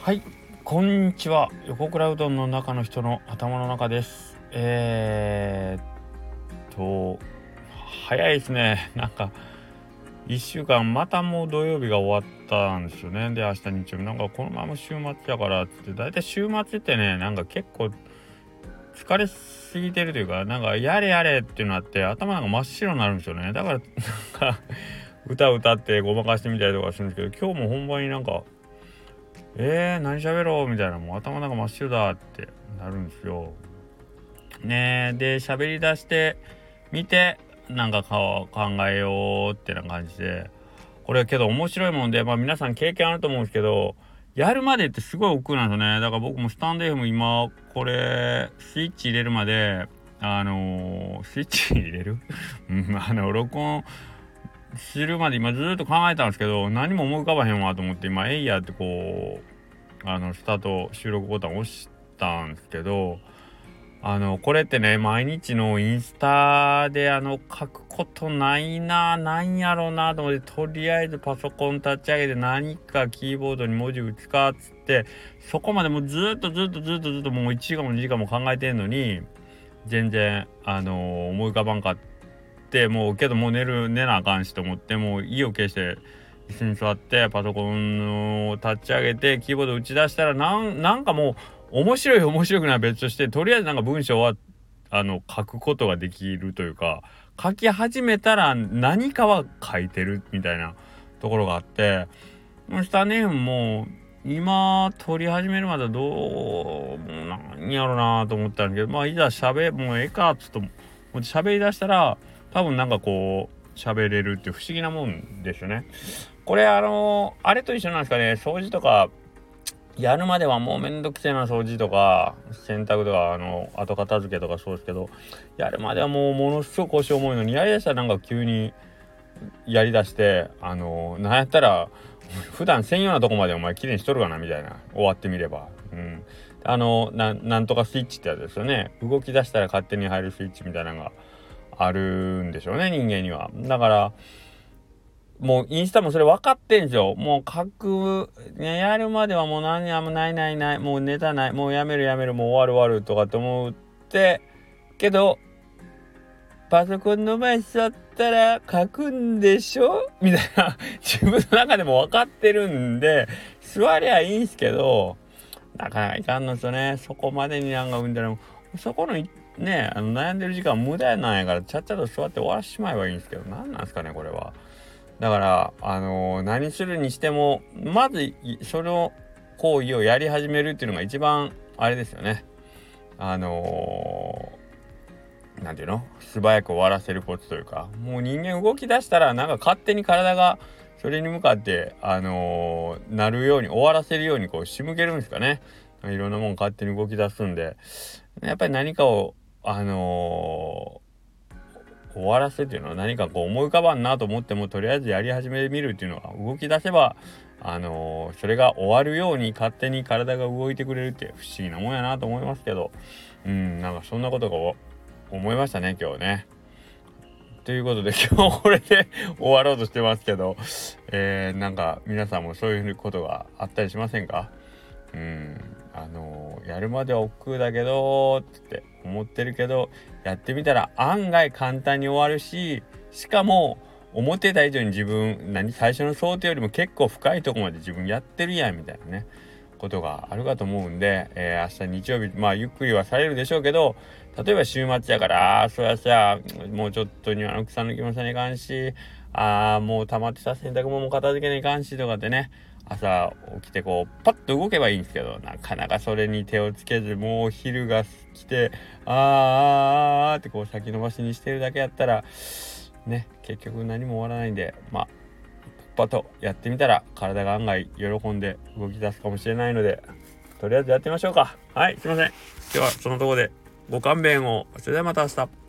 はい、こんにちは。横倉うどんの中の人の頭の中です。と、早いですね。1週間、またもう土曜日が終わったんですよね。で、明日日曜日。このまま週末だからって、だいたい週末ってね、結構疲れすぎてるというか、やれやれっていうのあって、頭真っ白になるんですよね。だから、歌歌ってごまかしてみたりとかするんですけど、今日も本番に何喋ろうみたいな、もう頭の中真っ白だってなるんですよ。ねえ、で、喋り出してみて、考えようってな感じで、これけど面白いもんで、皆さん経験あると思うんですけど、やるまでってすごい億劫なんですよね。だから僕もスタンド FM 今、これ、スイッチ入れるまで、スイッチ入れる録音するまで今ずっと考えたんですけど、何も思い浮かばへんわと思って、今、エイヤーってスタート収録ボタン押したんですけど、これってね、毎日のインスタで書くことなんやろうなと思って、とりあえずパソコン立ち上げて何かキーボードに文字打つかっつって、そこまでもうずっともう1時間も2時間も考えてんのに、全然、思い浮かばんかって、もう寝なあかんしと思って、もう意を決して椅子に座ってパソコンを立ち上げてキーボード打ち出したら、なんかもう面白くないは別として、とりあえず文章は書くことができるというか、書き始めたら何かは書いてるみたいなところがあって、スタネームも今撮り始めるまではどうなんやろなと思ったんだけど、いざもうええかっつっと喋り出したら、多分喋れるっていう不思議なもんですよね。これあれと一緒なんですかね。掃除とかやるまではもうめんどくせえな、掃除とか洗濯とか後片付けとかそうですけど、やるまではもうものすごく腰重いのに、やりだしたら急にやりだして、なんやったら普段専用なとこまでお前綺麗にしとるかなみたいな、終わってみれば。なんとかスイッチってやつですよね。動き出したら勝手に入るスイッチみたいなのがあるんでしょうね、人間には。だからもうインスタもそれ分かってんすよ。もうやるまではもう何やもない、もうネタない、もうやめる、もう終わるとかって思ってけど、パソコンの前に座ったら書くんでしょみたいな自分の中でも分かってるんで、座りゃいいんすけど、なかなかいかんのですよね。そこまでに生んだら、そこのね、悩んでる時間無駄なんやから、ちゃっちゃと座って終わらしまえばいいんですけど、なんですかね、これは。だから何するにしても、まずその行為をやり始めるっていうのが一番あれですよね。なんていうの、素早く終わらせるコツというか、もう人間動き出したら勝手に体がそれに向かってなるように、終わらせるように仕向けるんですかね。いろんなもん勝手に動き出すんで、やっぱり何かを終わらせっていうのは、何か思い浮かばんなと思ってもとりあえずやり始めてみるっていうのは、動き出せばそれが終わるように勝手に体が動いてくれるって不思議なもんやなと思いますけど、そんなことが思いましたね、今日ね。ということで今日これで終わろうとしてますけど、皆さんもそういうことがあったりしませんか？やるまでは億劫だけどって思ってるけど、やってみたら案外簡単に終わるし、しかも思ってた以上に最初の想定よりも結構深いとこまで自分やってるやんみたいなね、ことがあるかと思うんで、明日日曜日ゆっくりはされるでしょうけど、例えば週末やからそうやさ、もうちょっと庭の草抜きもさないかんし、もう溜まってた洗濯物も片付けないかんしとかってね、朝起きてパッと動けばいいんですけど、なかなかそれに手をつけず、もう昼が来てって先延ばしにしてるだけやったらね、結局何も終わらないんで、パッとやってみたら体が案外喜んで動き出すかもしれないので、とりあえずやってみましょうか。はい、すいません。今日はそのところでご勘弁を。それではまた明日。